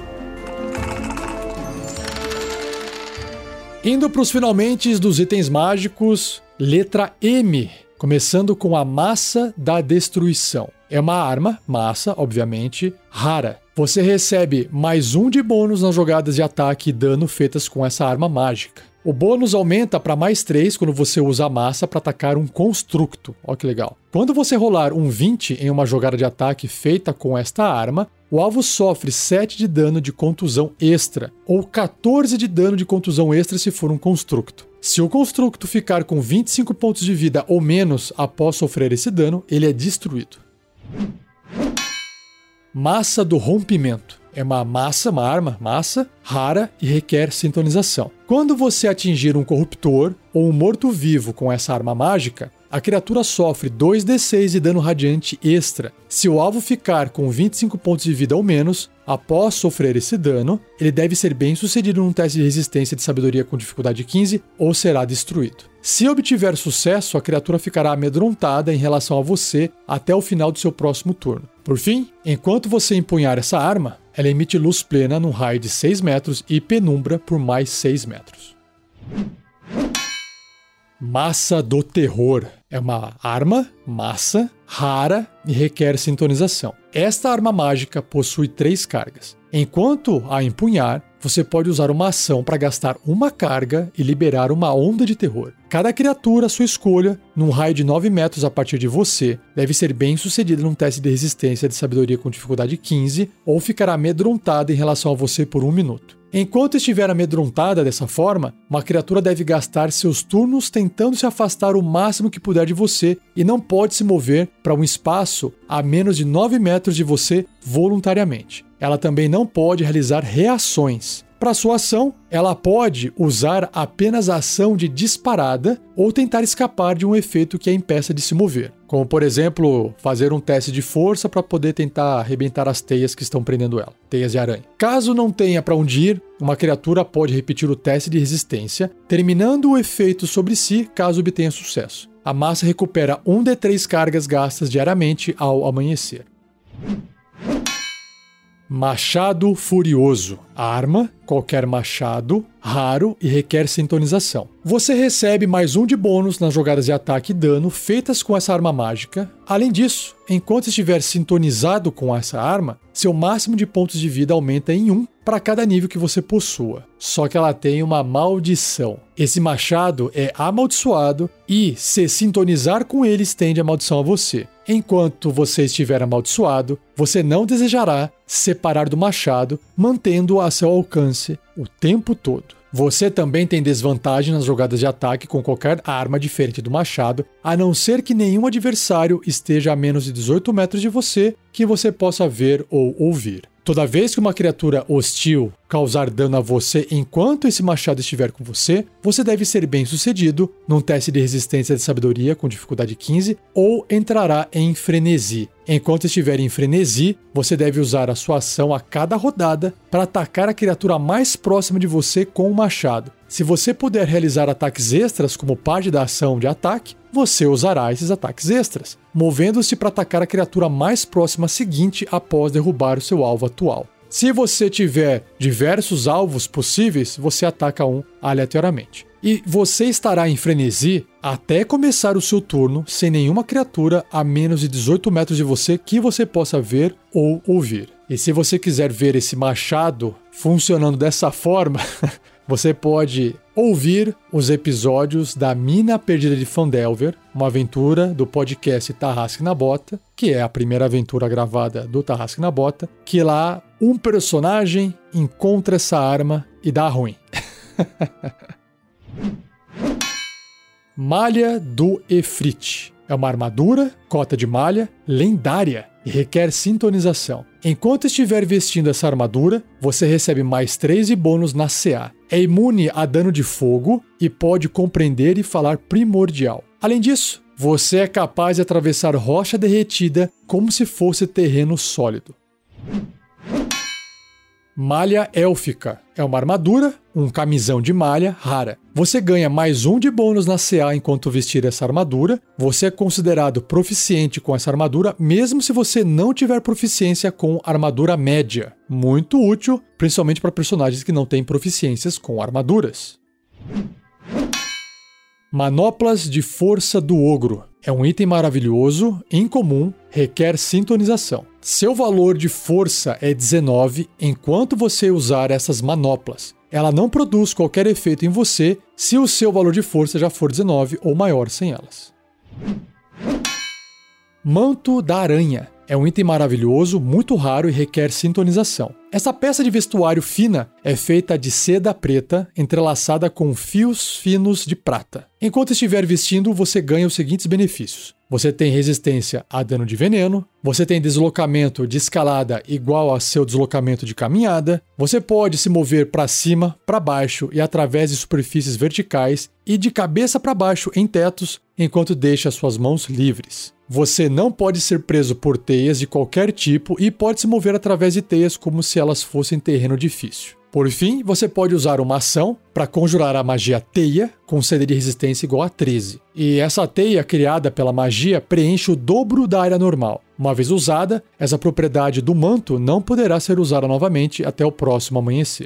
Indo para os finalmente dos itens mágicos, letra M, começando com a Massa da Destruição. É uma arma, massa, obviamente, rara. Você recebe mais 1 de bônus nas jogadas de ataque e dano feitas com essa arma mágica. O bônus aumenta para mais 3 quando você usa a massa para atacar um constructo. Olha que legal. Quando você rolar um 20 em uma jogada de ataque feita com esta arma, o alvo sofre 7 de dano de contusão extra, ou 14 de dano de contusão extra se for um constructo. Se o constructo ficar com 25 pontos de vida ou menos após sofrer esse dano, ele é destruído. Massa do Rompimento. É uma massa, uma arma, massa, rara e requer sintonização. Quando você atingir um corruptor ou um morto-vivo com essa arma mágica, a criatura sofre 2d6 de dano radiante extra. Se o alvo ficar com 25 pontos de vida ou menos, após sofrer esse dano, ele deve ser bem sucedido num teste de resistência de sabedoria com dificuldade 15 ou será destruído. Se obtiver sucesso, a criatura ficará amedrontada em relação a você até o final do seu próximo turno. Por fim, enquanto você empunhar essa arma, ela emite luz plena num raio de 6 metros e penumbra por mais 6 metros. Massa do Terror. É uma arma, massa, rara e requer sintonização. Esta arma mágica possui 3 cargas. Enquanto a empunhar, você pode usar uma ação para gastar uma carga e liberar uma onda de terror. Cada criatura à sua escolha, num raio de 9 metros a partir de você, deve ser bem sucedida num teste de resistência de sabedoria com dificuldade 15 ou ficará amedrontada em relação a você por 1 minuto. Enquanto estiver amedrontada dessa forma, uma criatura deve gastar seus turnos tentando se afastar o máximo que puder de você e não pode se mover para um espaço a menos de 9 metros de você voluntariamente. Ela também não pode realizar reações. Para sua ação, ela pode usar apenas a ação de disparada ou tentar escapar de um efeito que a impeça de se mover, como, por exemplo, fazer um teste de força para poder tentar arrebentar as teias que estão prendendo ela, teias de aranha. Caso não tenha para onde ir, uma criatura pode repetir o teste de resistência, terminando o efeito sobre si caso obtenha sucesso. A massa recupera 1d3 cargas gastas diariamente ao amanhecer. Machado Furioso. Arma, qualquer machado, raro e requer sintonização. Você recebe mais 1 de bônus nas jogadas de ataque e dano feitas com essa arma mágica. Além disso, enquanto estiver sintonizado com essa arma, seu máximo de pontos de vida aumenta em 1 para cada nível que você possua. Só que ela tem uma maldição. Esse machado é amaldiçoado e, se sintonizar com ele, estende a maldição a você. Enquanto você estiver amaldiçoado, você não desejará se separar do machado, mantendo-o a seu alcance o tempo todo. Você também tem desvantagem nas jogadas de ataque com qualquer arma diferente do machado, a não ser que nenhum adversário esteja a menos de 18 metros de você que você possa ver ou ouvir. Toda vez que uma criatura hostil causar dano a você enquanto esse machado estiver com você, você deve ser bem sucedido num teste de resistência de sabedoria com dificuldade 15 ou entrará em frenesi. Enquanto estiver em frenesi, você deve usar a sua ação a cada rodada para atacar a criatura mais próxima de você com o machado. Se você puder realizar ataques extras como parte da ação de ataque, você usará esses ataques extras, movendo-se para atacar a criatura mais próxima seguinte após derrubar o seu alvo atual. Se você tiver diversos alvos possíveis, você ataca um aleatoriamente. E você estará em frenesi até começar o seu turno sem nenhuma criatura a menos de 18 metros de você que você possa ver ou ouvir. E se você quiser ver esse machado funcionando dessa forma, você pode ouvir os episódios da Mina Perdida de Phandelver, uma aventura do podcast Tarrasque na Bota, que é a primeira aventura gravada do Tarrasque na Bota, que lá um personagem encontra essa arma e dá ruim. Malha do Efrit. É uma armadura, cota de malha, lendária e requer sintonização. Enquanto estiver vestindo essa armadura, você recebe mais 3 de bônus na CA. É imune a dano de fogo e pode compreender e falar primordial. Além disso, você é capaz de atravessar rocha derretida como se fosse terreno sólido. Malha élfica. É uma armadura, um camisão de malha rara. Você ganha mais 1 de bônus na CA enquanto vestir essa armadura. Você é considerado proficiente com essa armadura, mesmo se você não tiver proficiência com armadura média. Muito útil, principalmente para personagens que não têm proficiências com armaduras. Manoplas de Força do Ogro. É um item maravilhoso, incomum, requer sintonização. Seu valor de força é 19 enquanto você usar essas manoplas. Ela não produz qualquer efeito em você se o seu valor de força já for 19 ou maior sem elas. Manto da Aranha. É um item maravilhoso, muito raro e requer sintonização. Essa peça de vestuário fina é feita de seda preta entrelaçada com fios finos de prata. Enquanto estiver vestindo, você ganha os seguintes benefícios. Você tem resistência a dano de veneno, você tem deslocamento de escalada igual a seu deslocamento de caminhada, você pode se mover para cima, para baixo e através de superfícies verticais e de cabeça para baixo em tetos, enquanto deixa suas mãos livres. Você não pode ser preso por teias de qualquer tipo e pode se mover através de teias como se elas fossem terreno difícil. Por fim, você pode usar uma ação para conjurar a magia Teia com CD de resistência igual a 13. E essa teia criada pela magia preenche o dobro da área normal. Uma vez usada, essa propriedade do manto não poderá ser usada novamente até o próximo amanhecer.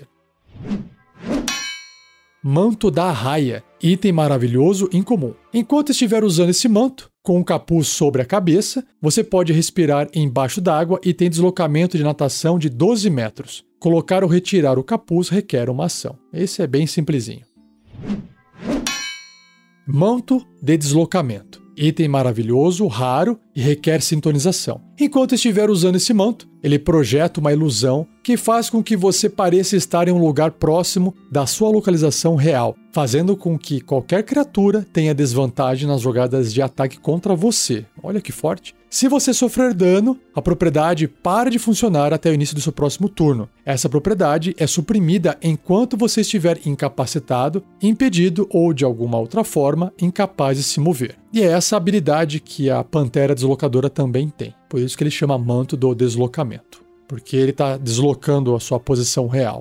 Manto da Arraia. Item maravilhoso incomum. Enquanto estiver usando esse manto, com um capuz sobre a cabeça, você pode respirar embaixo d'água e tem deslocamento de natação de 12 metros. Colocar ou retirar o capuz requer uma ação. Esse é bem simplesinho. Manto de Deslocamento. Item maravilhoso, raro e requer sintonização. Enquanto estiver usando esse manto, ele projeta uma ilusão que faz com que você pareça estar em um lugar próximo da sua localização real, fazendo com que qualquer criatura tenha desvantagem nas jogadas de ataque contra você. Olha que forte! Se você sofrer dano, a propriedade para de funcionar até o início do seu próximo turno. Essa propriedade é suprimida enquanto você estiver incapacitado, impedido ou, de alguma outra forma, incapaz de se mover. E é essa habilidade que a Pantera Deslocadora também tem. Por isso que ele chama Manto do Deslocamento, porque ele está deslocando a sua posição real.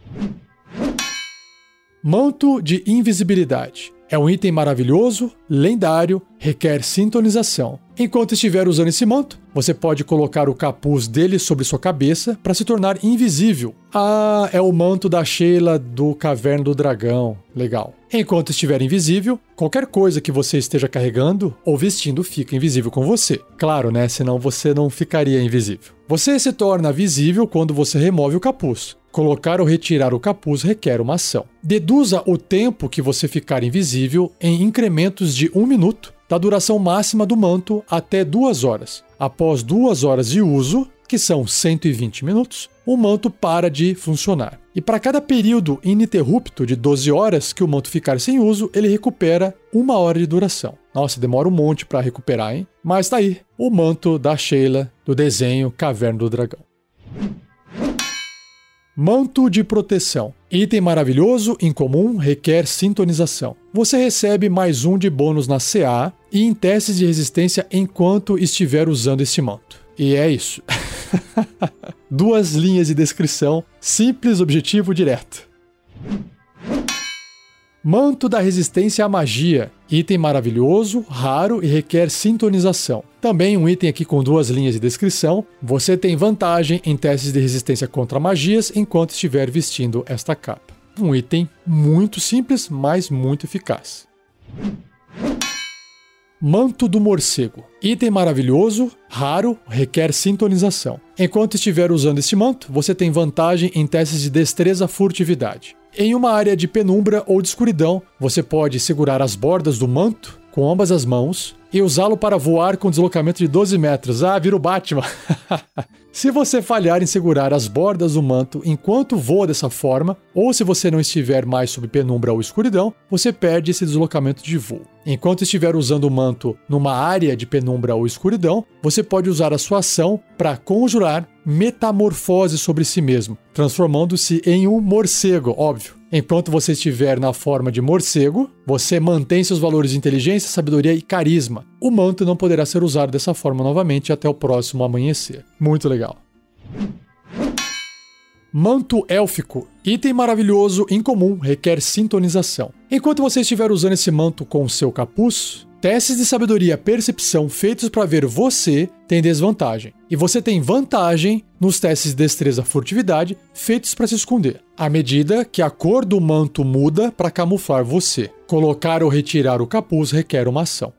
Manto de Invisibilidade. É um item maravilhoso, lendário, requer sintonização. Enquanto estiver usando esse manto, você pode colocar o capuz dele sobre sua cabeça para se tornar invisível. Ah, é o manto da Sheila do Caverna do Dragão. Legal. Enquanto estiver invisível, qualquer coisa que você esteja carregando ou vestindo fica invisível com você. Claro, né? Senão você não ficaria invisível. Você se torna visível quando você remove o capuz. Colocar ou retirar o capuz requer uma ação. Deduza o tempo que você ficar invisível em incrementos de 1 minuto da duração máxima do manto até 2 horas. Após 2 horas de uso, que são 120 minutos, o manto para de funcionar. E para cada período ininterrupto de 12 horas que o manto ficar sem uso, ele recupera 1 hora de duração. Nossa, demora um monte para recuperar, hein? Mas tá aí, o manto da Sheila do desenho Caverna do Dragão. Manto de Proteção. Item maravilhoso, incomum, requer sintonização. Você recebe mais 1 de bônus na CA e em testes de resistência enquanto estiver usando esse manto. E é isso. 2 linhas de descrição, simples, objetivo, direto. Manto da Resistência à Magia. Item maravilhoso, raro e requer sintonização. Também um item aqui com 2 linhas de descrição. Você tem vantagem em testes de resistência contra magias enquanto estiver vestindo esta capa. Um item muito simples, mas muito eficaz. Manto do Morcego. Item maravilhoso, raro, requer sintonização. Enquanto estiver usando este manto, você tem vantagem em testes de destreza furtividade. Em uma área de penumbra ou de escuridão, você pode segurar as bordas do manto com ambas as mãos e usá-lo para voar com deslocamento de 12 metros. Ah, vira o Batman! Se você falhar em segurar as bordas do manto enquanto voa dessa forma, ou se você não estiver mais sob penumbra ou escuridão, você perde esse deslocamento de voo. Enquanto estiver usando o manto numa área de penumbra ou escuridão, você pode usar a sua ação para conjurar metamorfose sobre si mesmo, transformando-se em um morcego, óbvio. Enquanto você estiver na forma de morcego, você mantém seus valores de inteligência, sabedoria e carisma. O manto não poderá ser usado dessa forma novamente até o próximo amanhecer. Muito legal. Manto Élfico. Item maravilhoso, incomum, requer sintonização. Enquanto você estiver usando esse manto com seu capuz, testes de sabedoria e percepção feitos para ver você têm desvantagem. E você tem vantagem nos testes de destreza furtividade feitos para se esconder, à medida que a cor do manto muda para camuflar você. Colocar ou retirar o capuz requer uma ação.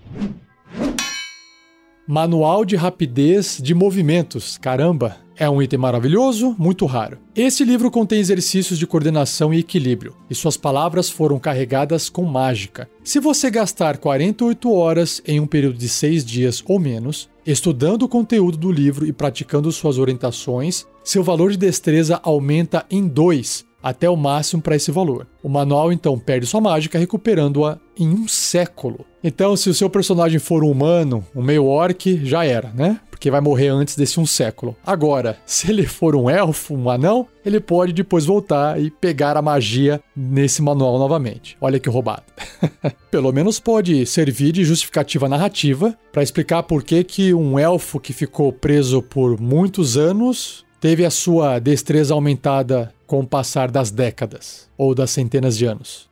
Manual de Rapidez de Movimentos. Caramba! É um item maravilhoso, muito raro. Este livro contém exercícios de coordenação e equilíbrio, e suas palavras foram carregadas com mágica. Se você gastar 48 horas em um período de 6 dias ou menos, estudando o conteúdo do livro e praticando suas orientações, seu valor de destreza aumenta em 2, até o máximo para esse valor. O manual então perde sua mágica, recuperando-a em 1 século. Então, se o seu personagem for um humano, um meio orc, já era, né? Porque vai morrer antes desse 1 século. Agora, se ele for um elfo, um anão, ele pode depois voltar e pegar a magia nesse manual novamente. Olha que roubado. Pelo menos pode servir de justificativa narrativa para explicar por que um elfo que ficou preso por muitos anos teve a sua destreza aumentada com o passar das décadas ou das centenas de anos.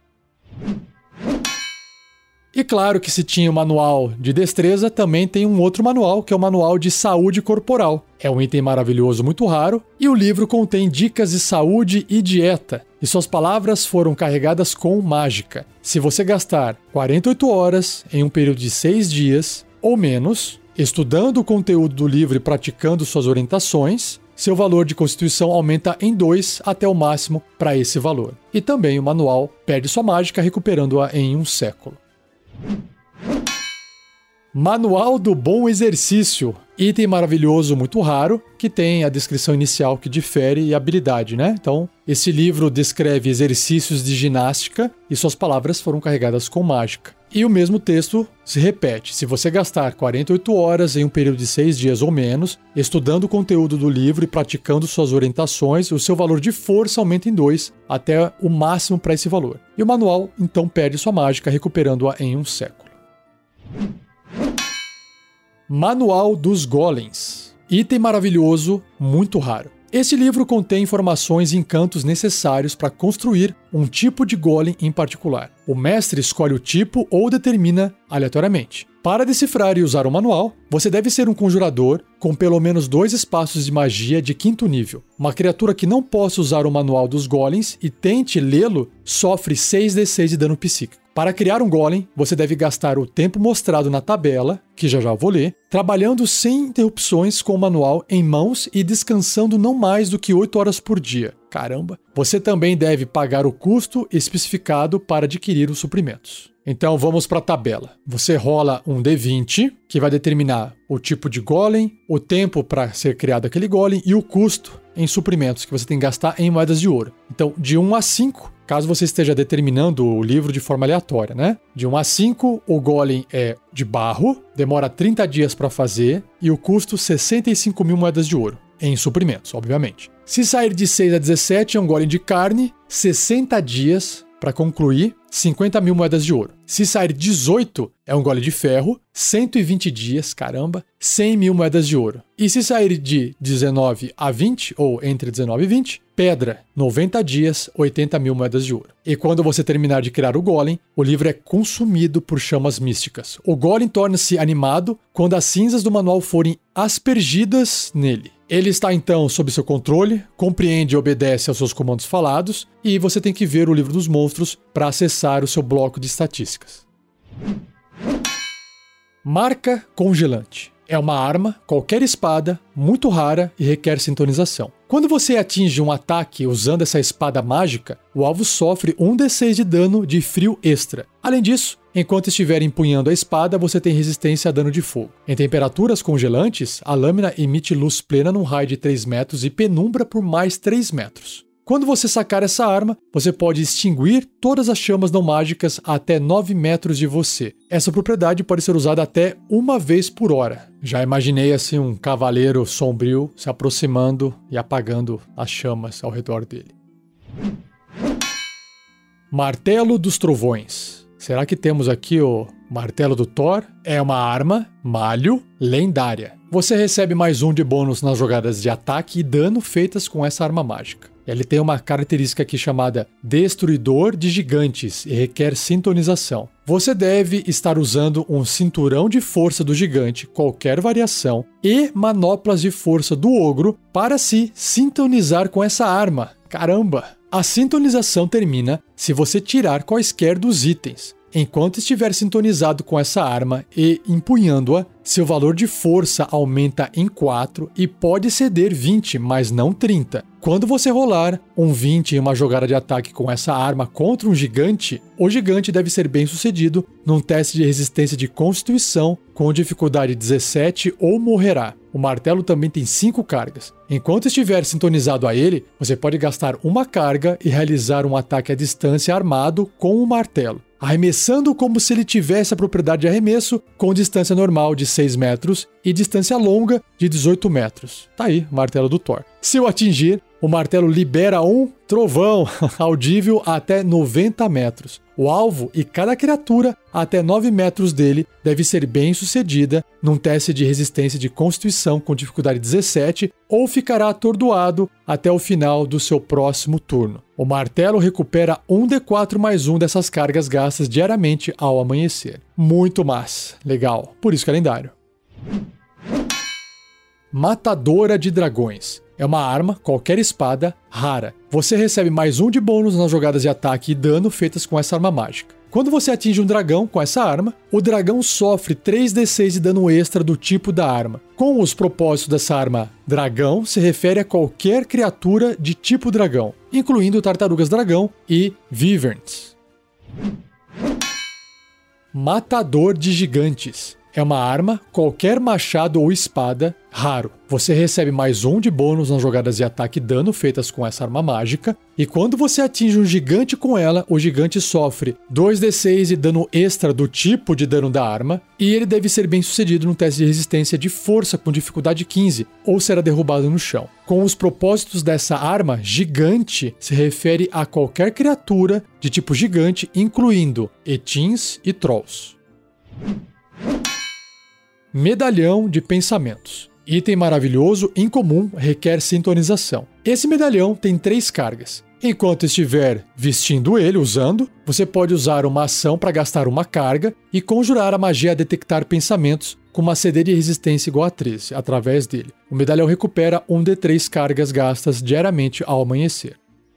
E claro que se tinha o manual de destreza, também tem um outro manual, que é o manual de saúde corporal. É um item maravilhoso, muito raro, e o livro contém dicas de saúde e dieta, e suas palavras foram carregadas com mágica. Se você gastar 48 horas em um período de 6 dias ou menos, estudando o conteúdo do livro e praticando suas orientações, seu valor de constituição aumenta em 2 até o máximo para esse valor. E também o manual perde sua mágica, recuperando-a em 1 século. Manual do Bom Exercício. Item maravilhoso, muito raro, que tem a descrição inicial que difere e a habilidade, né? Então, esse livro descreve exercícios de ginástica e suas palavras foram carregadas com mágica. E o mesmo texto se repete. Se você gastar 48 horas em um período de 6 dias ou menos, estudando o conteúdo do livro e praticando suas orientações, o seu valor de força aumenta em 2, até o máximo para esse valor. E o manual, então, perde sua mágica, recuperando-a em um século. Manual dos Golems. Item maravilhoso, muito raro. Este livro contém informações e encantos necessários para construir um tipo de golem em particular. O mestre escolhe o tipo ou determina aleatoriamente. Para decifrar e usar o manual, você deve ser um conjurador com pelo menos 2 espaços de magia de 5º nível. Uma criatura que não possa usar o manual dos golems e tente lê-lo sofre 6d6 de dano psíquico. Para criar um golem, você deve gastar o tempo mostrado na tabela, que já vou ler, trabalhando sem interrupções com o manual em mãos e descansando não mais do que 8 horas por dia. Caramba! Você também deve pagar o custo especificado para adquirir os suprimentos. Então vamos para a tabela. Você rola um D20, que vai determinar o tipo de golem, o tempo para ser criado aquele golem e o custo em suprimentos que você tem que gastar em moedas de ouro. Então, de 1 a 5, caso você esteja determinando o livro de forma aleatória, né? De 1 a 5, o golem é de barro, demora 30 dias para fazer e o custo 65 mil moedas de ouro. Em suprimentos, obviamente. Se sair de 6 a 17, é um golem de carne, 60 dias para concluir, 50 mil moedas de ouro. Se sair 18, é um golem de ferro, 120 dias, caramba, 100 mil moedas de ouro. E se sair de 19 a 20, ou entre 19 e 20, pedra, 90 dias, 80 mil moedas de ouro. E quando você terminar de criar o golem, o livro é consumido por chamas místicas. O golem torna-se animado quando as cinzas do manual forem aspergidas nele. Ele está então sob seu controle, compreende e obedece aos seus comandos falados, e você tem que ver o livro dos monstros para acessar o seu bloco de estatísticas. Marca congelante. É uma arma, qualquer espada, muito rara e requer sintonização. Quando você atinge um ataque usando essa espada mágica, o alvo sofre 1d6 de dano de frio extra. Além disso, enquanto estiver empunhando a espada, você tem resistência a dano de fogo. Em temperaturas congelantes, a lâmina emite luz plena num raio de 3 metros e penumbra por mais 3 metros. Quando você sacar essa arma, você pode extinguir todas as chamas não mágicas a até 9 metros de você. Essa propriedade pode ser usada até 1 vez por hora. Já imaginei assim um cavaleiro sombrio se aproximando e apagando as chamas ao redor dele. Martelo dos Trovões. Será que temos aqui o Martelo do Thor? É uma arma, malho, lendária. Você recebe mais 1 de bônus nas jogadas de ataque e dano feitas com essa arma mágica. Ele tem uma característica aqui chamada Destruidor de Gigantes e requer sintonização. Você deve estar usando um cinturão de força do gigante, qualquer variação, e manoplas de força do ogro para se sintonizar com essa arma. Caramba! A sintonização termina se você tirar quaisquer dos itens. Enquanto estiver sintonizado com essa arma e empunhando-a, seu valor de força aumenta em 4 e pode ceder 20, mas não 30. Quando você rolar um 20 em uma jogada de ataque com essa arma contra um gigante, o gigante deve ser bem sucedido num teste de resistência de constituição com dificuldade 17 ou morrerá. O martelo também tem 5 cargas. Enquanto estiver sintonizado a ele, você pode gastar uma carga e realizar um ataque à distância armado com o martelo, arremessando como se ele tivesse a propriedade de arremesso com distância normal de 6 metros e distância longa de 18 metros. Tá aí, martelo do Thor. Se o atingir, o martelo libera um trovão audível até 90 metros. O alvo e cada criatura até 9 metros dele deve ser bem sucedida num teste de resistência de constituição com dificuldade 17 ou ficará atordoado até o final do seu próximo turno. O martelo recupera 1d4 mais 1 dessas cargas gastas diariamente ao amanhecer. Muito massa. Legal. Por isso que é lendário. Matadora de Dragões. É uma arma, qualquer espada, rara. Você recebe mais 1 de bônus nas jogadas de ataque e dano feitas com essa arma mágica. Quando você atinge um dragão com essa arma, o dragão sofre 3d6 de dano extra do tipo da arma. Com os propósitos dessa arma, dragão se refere a qualquer criatura de tipo dragão, incluindo tartarugas dragão e wyverns. Matador de Gigantes. É uma arma, qualquer machado ou espada, raro. Você recebe mais 1 de bônus nas jogadas de ataque e dano feitas com essa arma mágica. E quando você atinge um gigante com ela, o gigante sofre 2d6 de dano extra do tipo de dano da arma. E ele deve ser bem sucedido no teste de resistência de força com dificuldade 15, ou será derrubado no chão. Com os propósitos dessa arma, gigante se refere a qualquer criatura de tipo gigante, incluindo etins e trolls. Medalhão de pensamentos. Item maravilhoso, incomum, requer sintonização. Esse medalhão tem 3 cargas. Enquanto estiver vestindo ele, usando, você pode usar uma ação para gastar uma carga e conjurar a magia a detectar pensamentos com uma CD de resistência igual a 13, através dele. O medalhão recupera 1d3 cargas gastas diariamente ao amanhecer.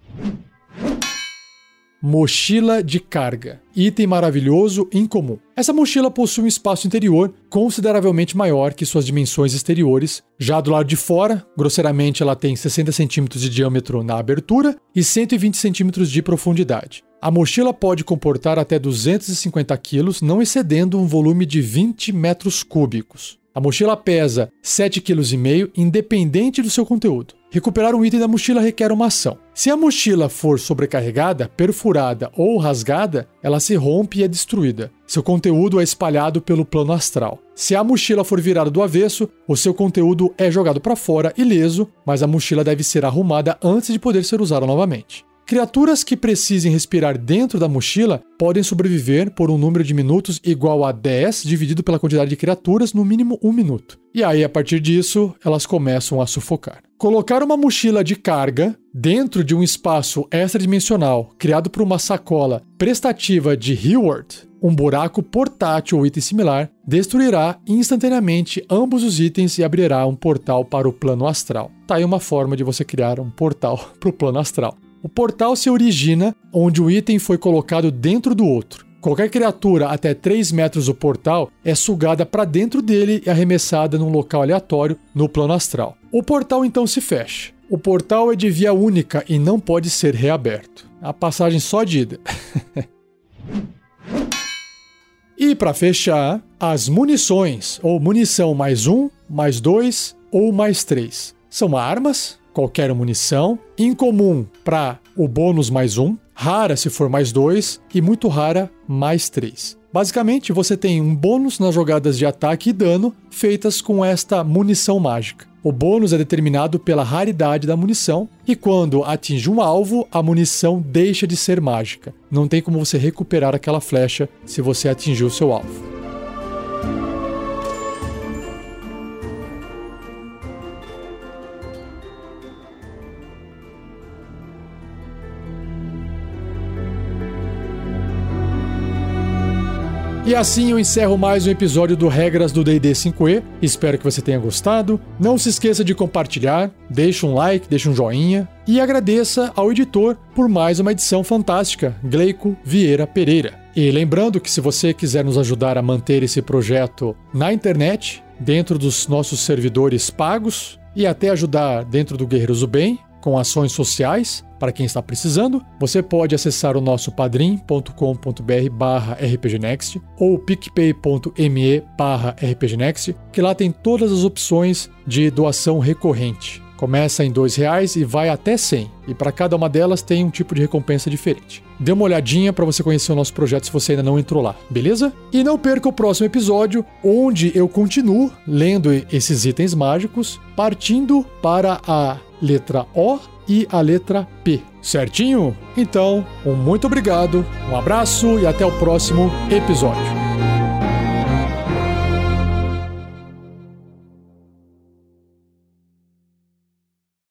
Mochila de carga. Item maravilhoso, incomum. Essa mochila possui um espaço interior consideravelmente maior que suas dimensões exteriores. Já do lado de fora, grosseiramente ela tem 60 centímetros de diâmetro na abertura e 120 centímetros de profundidade. A mochila pode comportar até 250 quilos, não excedendo um volume de 20 metros cúbicos. A mochila pesa 7,5 kg, independente do seu conteúdo. Recuperar um item da mochila requer uma ação. Se a mochila for sobrecarregada, perfurada ou rasgada, ela se rompe e é destruída. Seu conteúdo é espalhado pelo plano astral. Se a mochila for virada do avesso, o seu conteúdo é jogado para fora ileso, mas a mochila deve ser arrumada antes de poder ser usada novamente. Criaturas que precisem respirar dentro da mochila podem sobreviver por um número de minutos igual a 10 dividido pela quantidade de criaturas, no mínimo 1 minuto. E aí, a partir disso, elas começam a sufocar. Colocar uma mochila de carga dentro de um espaço extradimensional criado por uma sacola prestativa de Hayward, um buraco portátil ou item similar, destruirá instantaneamente ambos os itens e abrirá um portal para o plano astral. Tá aí uma forma de você criar um portal para o plano astral. O portal se origina onde o item foi colocado dentro do outro. Qualquer criatura até 3 metros do portal é sugada para dentro dele e arremessada num local aleatório no plano astral. O portal então se fecha. O portal é de via única e não pode ser reaberto. A passagem só de ida. E para fechar, as munições, ou munição mais 1, mais 2 ou mais 3. São armas, qualquer munição, incomum para o bônus mais 1, rara se for mais 2 e muito rara mais 3. Basicamente, você tem um bônus nas jogadas de ataque e dano feitas com esta munição mágica. O bônus é determinado pela raridade da munição e quando atinge um alvo, a munição deixa de ser mágica. Não tem como você recuperar aquela flecha se você atingir o seu alvo. E assim eu encerro mais um episódio do Regras do D&D 5e. Espero que você tenha gostado. Não se esqueça de compartilhar, deixa um like, deixa um joinha e agradeça ao editor por mais uma edição fantástica, Gleico Vieira Pereira. E lembrando que se você quiser nos ajudar a manter esse projeto na internet, dentro dos nossos servidores pagos e até ajudar dentro do Guerreiros do Bem, com ações sociais, para quem está precisando, você pode acessar o nosso padrim.com.br/rpgnext ou picpay.me/rpgnext, que lá tem todas as opções de doação recorrente. Começa em R$2 e vai até 100, e para cada uma delas tem um tipo de recompensa diferente. Dê uma olhadinha para você conhecer o nosso projeto se você ainda não entrou lá, beleza? E não perca o próximo episódio, onde eu continuo lendo esses itens mágicos, partindo para a letra O e a letra P. Certinho? Então, muito obrigado, um abraço e até o próximo episódio.